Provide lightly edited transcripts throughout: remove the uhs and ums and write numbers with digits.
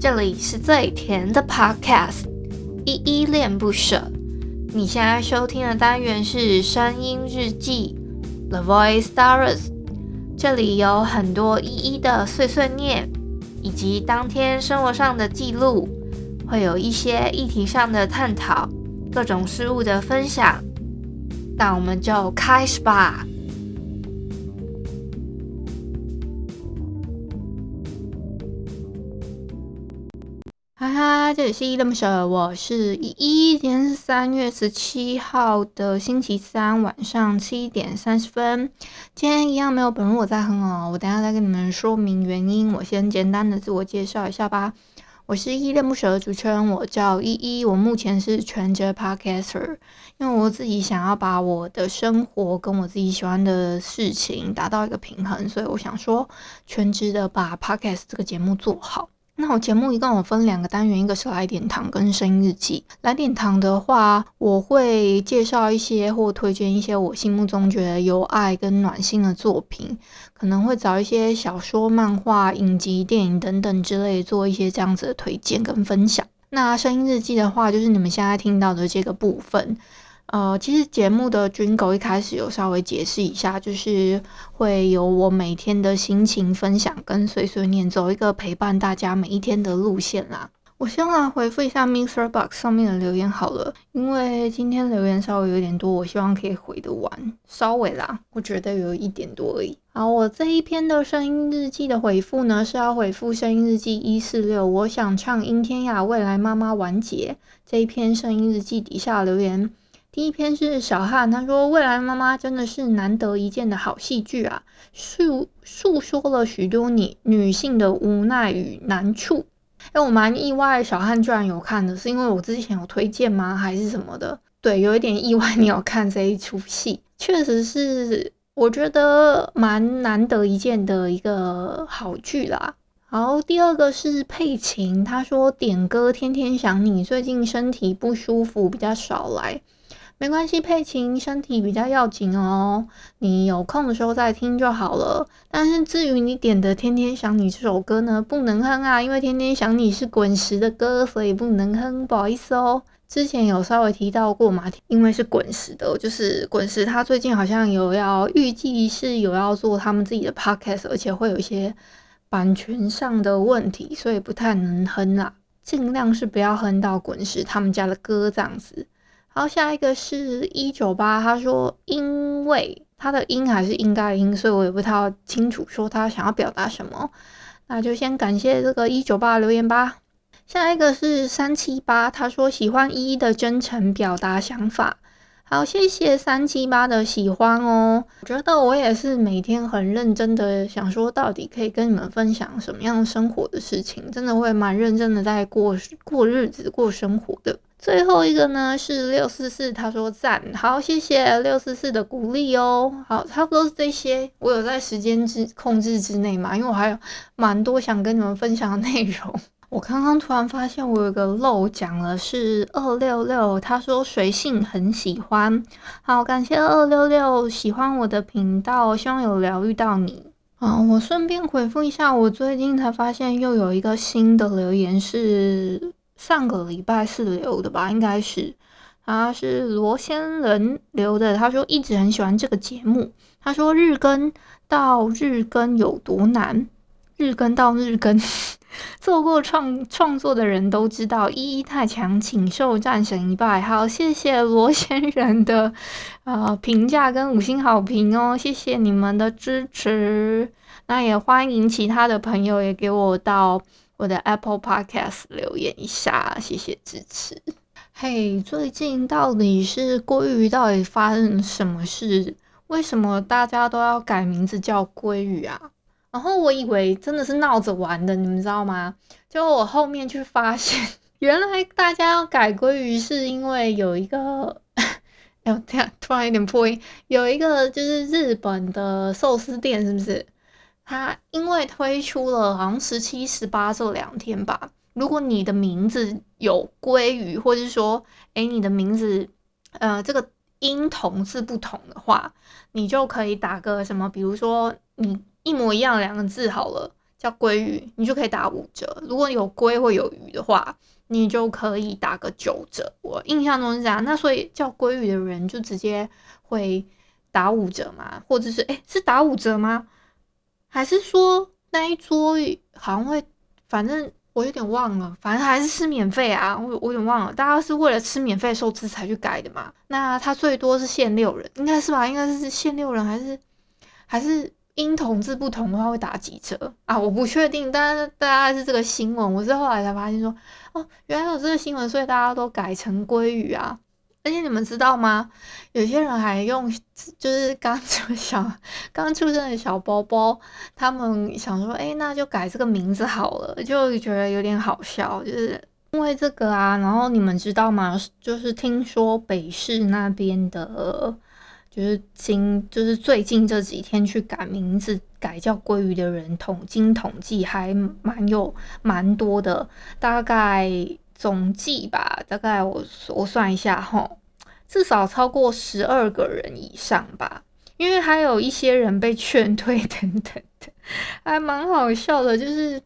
这里是最甜的 Podcast， 依依恋不舍。你现在收听的单元是声音日记 The Voice Diaries， 这里有很多依依的碎碎念，以及当天生活上的记录，会有一些议题上的探讨，各种事物的分享。那我们就开始吧。哈哈，这里是依依恋不舍，我是依依。今天是3月17号的星期三晚上7点30分。今天一样没有本人我在哼哦，我等一下再跟你们说明原因。我先简单的自我介绍一下吧。我是依依恋不舍的主持人，我叫依依。我目前是全职 podcaster， 因为我自己想要把我的生活跟我自己喜欢的事情达到一个平衡，所以我想说全职的把 podcast 这个节目做好。那我节目一共有分2个单元，一个是来点糖跟声音日记。来点糖的话，我会介绍一些或推荐一些我心目中觉得有爱跟暖心的作品，可能会找一些小说、漫画、影集、电影等等之类做一些这样子的推荐跟分享。那声音日记的话，就是你们现在听到的这个部分。其实节目的军狗一开始有稍微解释一下，就是会有我每天的心情分享跟碎碎念，走一个陪伴大家每一天的路线啦。我先来回复一下 MixerBox 上面的留言好了，因为今天留言稍微有点多，我希望可以回得完，稍微啦，我觉得有1点多而已。好，我这一篇的声音日记的回复呢，是要回复声音日记146，我想唱阴天呀，未来妈妈完结这一篇声音日记底下留言。第一篇是小汉，他说未来妈妈真的是难得一见的好戏剧啊，诉说了许多女性的无奈与难处。我蛮意外小汉居然有看的，是因为我之前有推荐吗还是什么的？对，有一点意外你有看这一出戏，确实是我觉得蛮难得一见的一个好剧啦。好，第二个是佩琴，他说点歌天天想你，最近身体不舒服比较少来。没关系，佩琴身体比较要紧哦，你有空的时候再听就好了。但是至于你点的《天天想你》这首歌呢，不能哼啊，因为《天天想你》是滚石的歌，所以不能哼，不好意思哦。之前有稍微提到过嘛，因为是滚石的，就是滚石他最近好像预计是有要做他们自己的 podcast， 而且会有一些版权上的问题，所以不太能哼啊，尽量是不要哼到滚石他们家的歌这样子。好，下一个是198，他说因为他的因还是应该的因，所以我也不太清楚说他想要表达什么，那就先感谢这个198的留言吧。下一个是378，他说喜欢依依的真诚表达想法。好，谢谢378的喜欢哦。我觉得我也是每天很认真的想说，到底可以跟你们分享什么样生活的事情，真的会蛮认真的在过日子、过生活的。最后一个呢是644，他说赞，好，谢谢644的鼓励哦。好，差不多是这些，我有在时间控制之内嘛，因为我还有蛮多想跟你们分享的内容。我刚刚突然发现我有个漏讲了，是266，他说随性很喜欢。好，感谢266喜欢我的频道，希望有疗愈到你。我顺便回复一下，我最近才发现又有一个新的留言是上个礼拜四留的吧，应该是他是罗仙人留的，他说一直很喜欢这个节目，他说日更到日更有多难，日更到日更做过创作的人都知道，依依太强，请受战神一拜。好，谢谢罗仙人的评价跟5星好评哦，谢谢你们的支持。那也欢迎其他的朋友也给我到我的 Apple Podcast 留言一下，谢谢支持。嘿，最近到底是鲑鱼到底发生什么事？为什么大家都要改名字叫鲑鱼啊？然后我以为真的是闹着玩的，你们知道吗？结果我后面去发现，原来大家要改鲑鱼是因为有一个突然有点破音，有一个就是日本的寿司店，是不是？它因为推出了好像17、18这2天吧，如果你的名字有鲑鱼，或者是说你的名字这个音同字不同的话，你就可以打个什么，比如说你一模一样2个字好了， 叫鲑鱼，你就可以打5折。如果有龟或有鱼的话，你就可以打个9折。我印象中是这样。那所以叫鲑鱼的人就直接会打5折吗？或者是是打5折吗？还是说那一桌好像会，反正我有点忘了，反正还是吃免费啊，我有点忘了，大家是为了吃免费寿司才去改的嘛？那它最多是限6人，应该是吧？应该是限6人，还是因同志不同的话会打几折啊？我不确定，但是大概是这个新闻，我是后来才发现说，哦，原来有这个新闻，所以大家都改成鲑鱼啊。而且你们知道吗？有些人还用，就是刚出生的小包包，他们想说，那就改这个名字好了，就觉得有点好笑，就是因为这个啊。然后你们知道吗？就是听说北市那边的，就是最近这几天去改名字，改叫鲑鱼的人，经统计还蛮多的，大概总计吧，大概我算一下齁，至少超过12个人以上吧。因为还有一些人被劝退等等的，还蛮好笑的。就是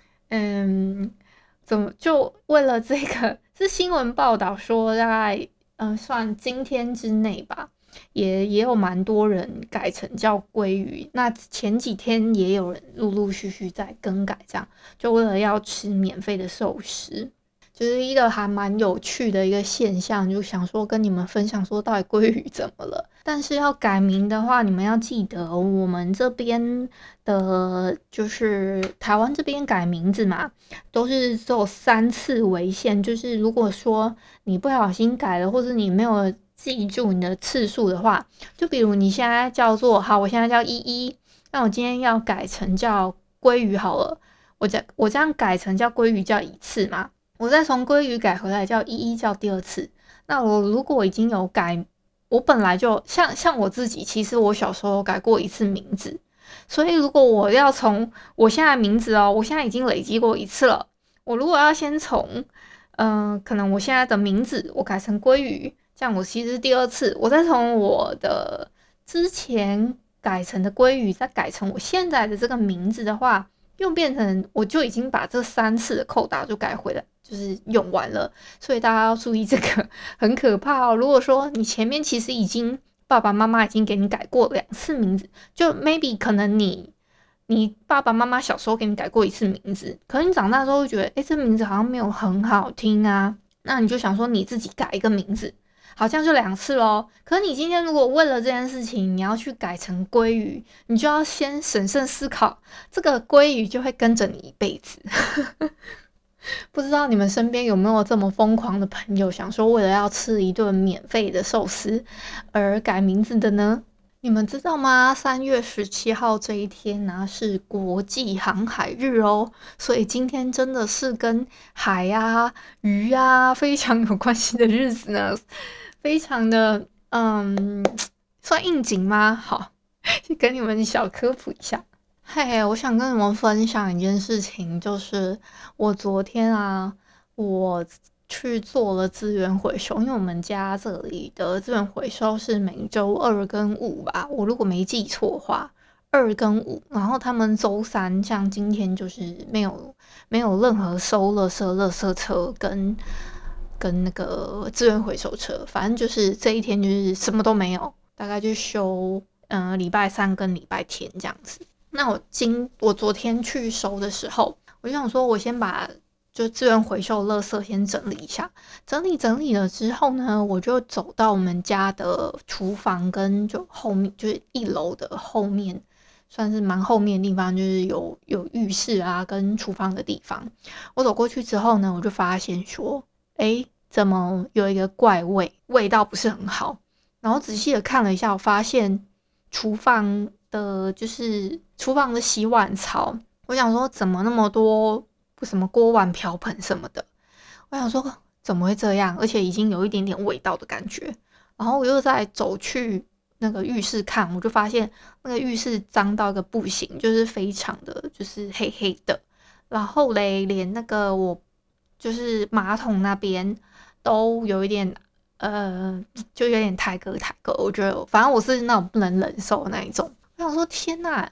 怎么就为了这个，是新闻报道说大概算今天之内吧，也有蛮多人改成叫鲑鱼。那前几天也有人陆陆续续在更改，这样就为了要吃免费的寿司。就是一个还蛮有趣的一个现象，就想说跟你们分享说到底鲑鱼怎么了。但是要改名的话，你们要记得我们这边的，就是台湾这边改名字嘛，都是只有3次为限。就是如果说你不小心改了，或者你没有记住你的次数的话，就比如你现在叫做好，我现在叫依依，那我今天要改成叫鲑鱼好了，我这样改成叫鲑鱼叫1次嘛。我再从鲑鱼改回来叫依依叫第2次。那我如果已经有改，我本来就像我自己，其实我小时候改过1次名字，所以如果我要从我现在名字我现在已经累积过1次了，我如果要先从可能我现在的名字我改成鲑鱼，这样我其实是第2次，我再从我的之前改成的鲑鱼再改成我现在的这个名字的话，又变成我就已经把这3次的扣打就改回来，就是用完了。所以大家要注意这个很可怕哦。如果说你前面其实爸爸妈妈已经给你改过2次名字，就 maybe 可能你爸爸妈妈小时候给你改过1次名字，可是你长大之后会觉得这名字好像没有很好听啊，那你就想说你自己改一个名字，好像就2次咯。可是你今天如果为了这件事情你要去改成鲑鱼，你就要先审慎思考，这个鲑鱼就会跟着你一辈子。不知道你们身边有没有这么疯狂的朋友，想说为了要吃一顿免费的寿司而改名字的呢？你们知道吗？3月17号这一天呢，是国际航海日哦，所以今天真的是跟海啊、鱼啊非常有关系的日子呢，非常的算应景吗？好，去跟你们小科普一下。嘿，我想跟你们分享一件事情，就是我昨天我去做了资源回收。因为我们家这里的资源回收是每周2跟5吧，我如果没记错的话，2跟5。然后他们周3，像今天就是没有任何收垃圾车跟那个资源回收车，反正就是这一天就是什么都没有，大概就休礼拜3跟礼拜天这样子。那我昨天去收的时候，我就想说，我先把就资源回收垃圾先整理一下，整理了之后呢，我就走到我们家的厨房跟就后面，就是1楼的后面，算是蛮后面的地方，就是有浴室啊跟厨房的地方。我走过去之后呢，我就发现说，怎么有一个怪味道不是很好。然后仔细的看了一下，我发现厨房的洗碗槽，我想说怎么那么多什么锅碗瓢盆什么的，我想说怎么会这样，而且已经有一点点味道的感觉。然后我又再走去那个浴室看，我就发现那个浴室脏到一个不行，就是非常的就是黑黑的。然后嘞，连那个我就是马桶那边都有一点就有点台哥，我觉得反正我是那种不能忍受的那一种。我想说天哪，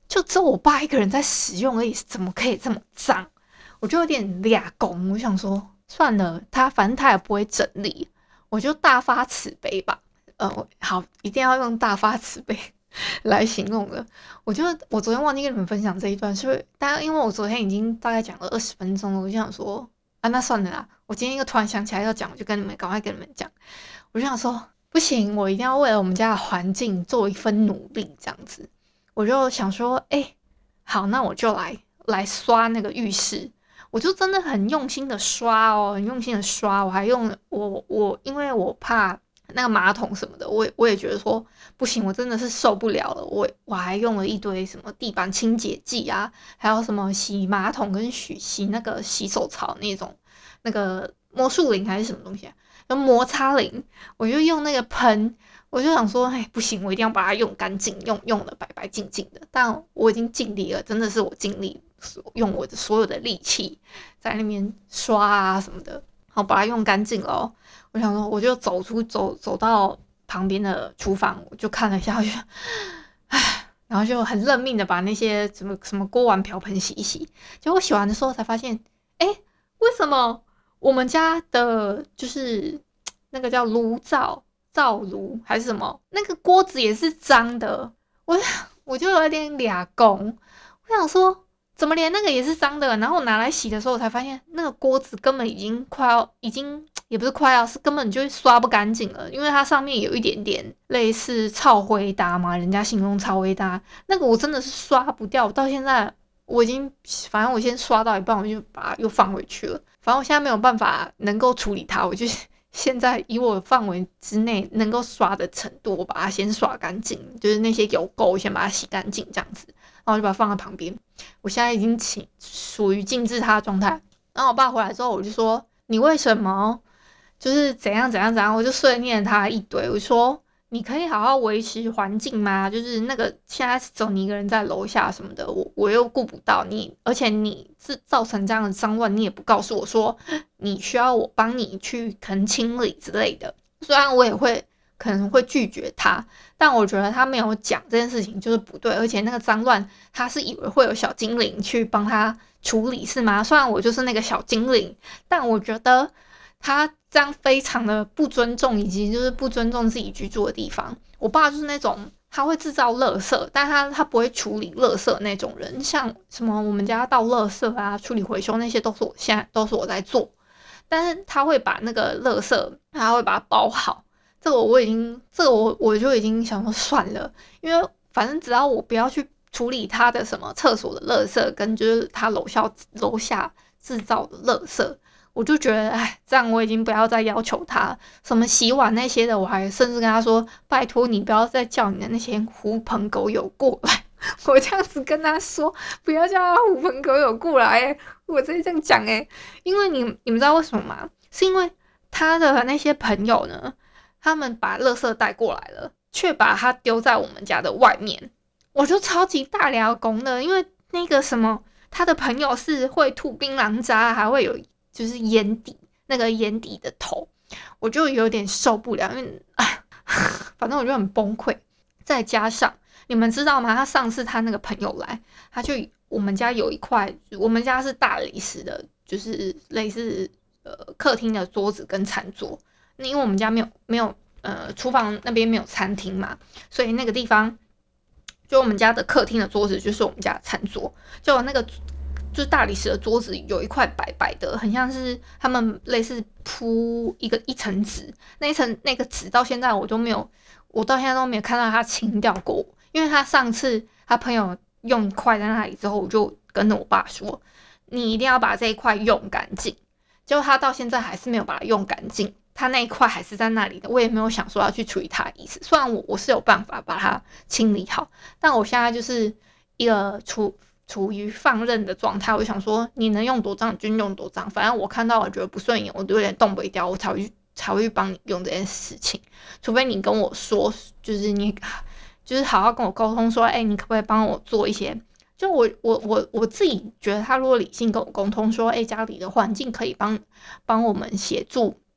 就只有我爸一个人在使用而已，怎么可以这么脏？我就有点俩公，我想说算了，反正他也不会整理，我就大发慈悲吧。好，一定要用大发慈悲来形容了。我昨天忘记跟你们分享这一段，所以因为我昨天已经大概讲了20分钟了，我就想说啊，那算了啦。我今天又突然想起来要讲，我就赶快跟你们讲。我就想说不行，我一定要为了我们家的环境做一份努力，这样子。我就想说，好，那我就来刷那个浴室。我就真的很用心的刷哦，很用心的刷。我还用因为我怕那个马桶什么的，我也觉得说不行，我真的是受不了了。我还用了一堆什么地板清洁剂啊，还有什么洗马桶跟洗那个洗手槽那种那个魔术灵还是什么东西啊，摩擦灵，我就用那个喷。我就想说，不行，我一定要把它用干净，用的白白净净的。但我已经尽力了，真的是我尽力用我的所有的力气在那边刷啊什么的，好把它用干净了。我想说，我就走到旁边的厨房，我就看了一下，我就然后就很认命的把那些什么锅碗瓢盆洗一洗。结果洗完的时候才发现，为什么我们家的就是那个叫灶炉还是什么，那个锅子也是脏的。我就有点俩公，我想说怎么连那个也是脏的？然后我拿来洗的时候，我才发现那个锅子根本已经也不是快要，是根本就刷不干净了，因为它上面有一点点类似臭灰搭嘛，人家形容臭灰搭，那个我真的是刷不掉，到现在反正我先刷到一半，我就把它又放回去了。反正我现在没有办法能够处理它，我就现在以我范围之内能够刷的程度，我把它先刷干净，就是那些油垢我先把它洗干净这样子，然后就把它放在旁边。我现在已经属于静置它的状态。然后我爸回来之后，我就说你为什么就是怎样，我就碎念他一堆。我说你可以好好维持环境吗？就是那个现在只有你一个人在楼下什么的，我又顾不到你，而且你是造成这样的脏乱，你也不告诉我说你需要我帮你去可能清理之类的。虽然我也可能会拒绝他，但我觉得他没有讲这件事情就是不对。而且那个脏乱，他是以为会有小精灵去帮他处理是吗？虽然我就是那个小精灵，但我觉得他这样非常的不尊重，以及就是不尊重自己居住的地方。我爸就是那种他会制造垃圾，但他不会处理垃圾那种人。像什么我们家倒垃圾啊、处理回收那些，现在都是我在做。但是他会把那个垃圾，他会把它包好。我就已经想说算了，因为反正只要我不要去处理他的什么厕所的垃圾，跟就是他楼下制造的垃圾。我就觉得，这样我已经不要再要求他什么洗碗那些的，我还甚至跟他说，拜托你不要再叫你的那些狐朋狗友过来。我这样子跟他说，不要叫他狐朋狗友过来。我直接这样讲因为你们知道为什么吗？是因为他的那些朋友呢，他们把垃圾带过来了，却把它丢在我们家的外面。我就超级大聊公的，因为那个什么，他的朋友是会吐槟榔渣，还会有就是那个眼底的头，我就有点受不了，因为反正我就很崩溃。再加上你们知道吗？他那个朋友来，我们家有一块，我们家是大理石的，就是类似客厅的桌子跟餐桌。因为我们家没有厨房那边没有餐厅嘛，所以那个地方就我们家的客厅的桌子就是我们家的餐桌，就那个就是大理石的桌子有一块白白的，很像是他们类似铺一层纸，那个纸到现在我到现在都没有看到他清掉过。因为他上次他朋友用一块在那里之后，我就跟着我爸说，你一定要把这一块用干净。结果他到现在还是没有把它用干净，他那一块还是在那里的，我也没有想说要去处理它的意思。虽然我是有办法把它清理好，但我现在就是一个处于放任的状态。我想说，你能用多脏就用多脏，反正我看到我觉得不顺眼，我都有点动不掉，我才会去帮你用这件事情。除非你跟我说，就是你就是好好跟我沟通说，你可不可以帮我做一些？就我自己觉得，他如果理性跟我沟通说，家里的环境可以帮我们协助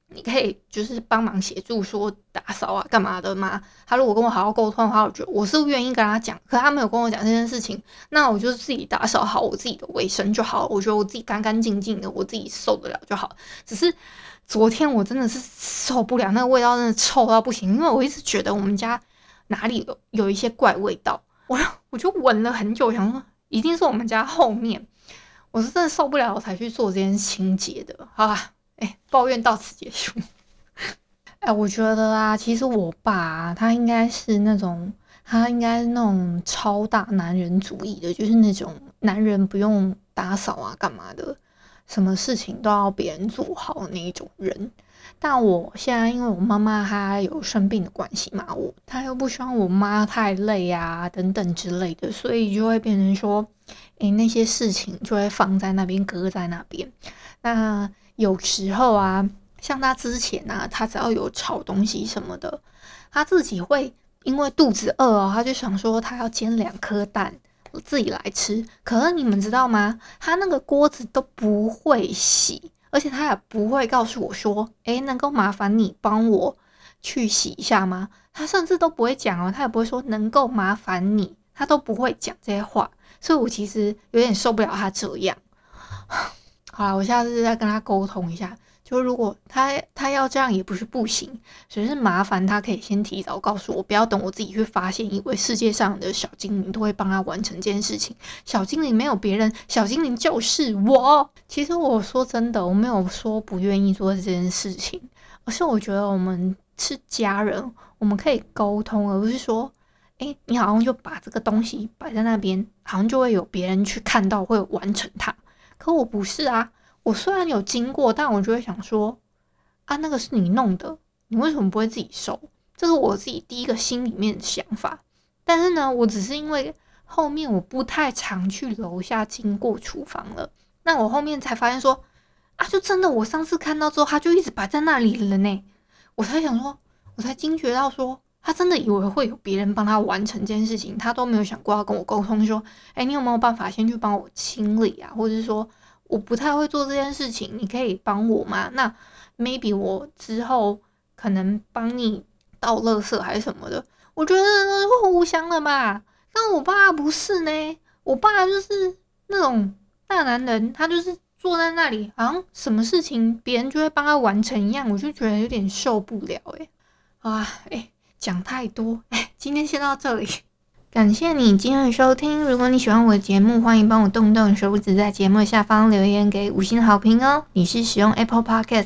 你可以就是帮忙协助说打扫啊干嘛的吗？他如果跟我好好沟通的话，我觉得我是愿意跟他讲，可他没有跟我讲这件事情，那我就自己打扫好我自己的卫生就好，我觉得我自己干干净净的，我自己受得了就好。只是昨天我真的是受不了，那个味道真的臭到不行，因为我一直觉得我们家哪里有一些怪味道，我就闻了很久，想说一定是我们家后面，我是真的受不了，我才去做这件清洁的。好啦，抱怨到此结束。我觉得啊，其实我爸啊，他应该是那种超大男人主义的，就是那种男人不用打扫啊干嘛的，什么事情都要别人做好的那一种人。但我现在因为我妈妈她有生病的关系嘛，她又不希望我妈太累啊等等之类的，所以就会变成说，那些事情就会放在那边搁在那边。那有时候啊，像他之前啊，他只要有炒东西什么的，他自己会因为肚子饿哦，他就想说他要煎2颗蛋，我自己来吃。可是你们知道吗？他那个锅子都不会洗，而且他也不会告诉我说，能够麻烦你帮我去洗一下吗？他甚至都不会讲哦，他也不会说能够麻烦你，他都不会讲这些话。所以我其实有点受不了他这样。好啦，我下次再跟他沟通一下。就如果他要这样也不是不行，只是麻烦他可以先提早告诉我，不要等我自己去发现，以为世界上的小精灵都会帮他完成这件事情。小精灵没有别人，小精灵就是我。其实我说真的，我没有说不愿意做这件事情，而是我觉得我们是家人，我们可以沟通，而不是说，你好像就把这个东西摆在那边，好像就会有别人去看到，会完成它。可我不是啊。我虽然有经过，但我就会想说，那个是你弄的，你为什么不会自己收？这是我自己第一个心里面的想法。但是呢，我只是因为后面我不太常去楼下经过厨房了，那我后面才发现说，就真的我上次看到之后，他就一直摆在那里了呢。我才想说，我才惊觉到说，他真的以为会有别人帮他完成这件事情，他都没有想过要跟我沟通说，你有没有办法先去帮我清理啊，或者是说，我不太会做这件事情，你可以帮我吗？那 maybe 我之后可能帮你倒垃圾还是什么的，我觉得是互相的吧。但我爸不是呢，我爸就是那种大男人，他就是坐在那里，好像什么事情别人就会帮他完成一样，我就觉得有点受不了讲太多，今天先到这里。感谢你今天的收听，如果你喜欢我的节目，欢迎帮我动动手指，在节目下方留言给5星好评哦。你是使用 Apple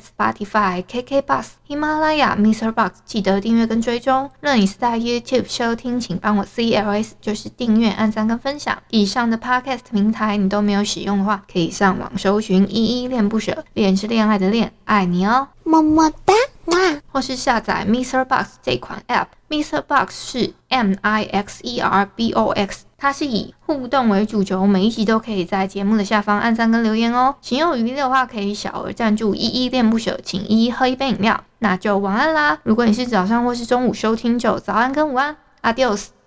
Podcast、Spotify、KKBOX、喜马拉雅、Mr. Box， 记得订阅跟追踪。若你是在 YouTube 收听，请帮我 CLS， 就是订阅、按赞跟分享。以上的 Podcast 平台你都没有使用的话，可以上网搜寻依依恋不舍，恋是恋爱的恋，爱你哦，么么哒。或是下载 Mr. Box 这款 App。Mr. Box 是 MIXERBOX， 它是以互动为主轴，每一集都可以在节目的下方按赞跟留言哦。情有余力的话，可以小额赞助依依恋不舍，请依依喝一杯饮料。那就晚安啦！如果你是早上或是中午收听，就早安跟午安，Adios。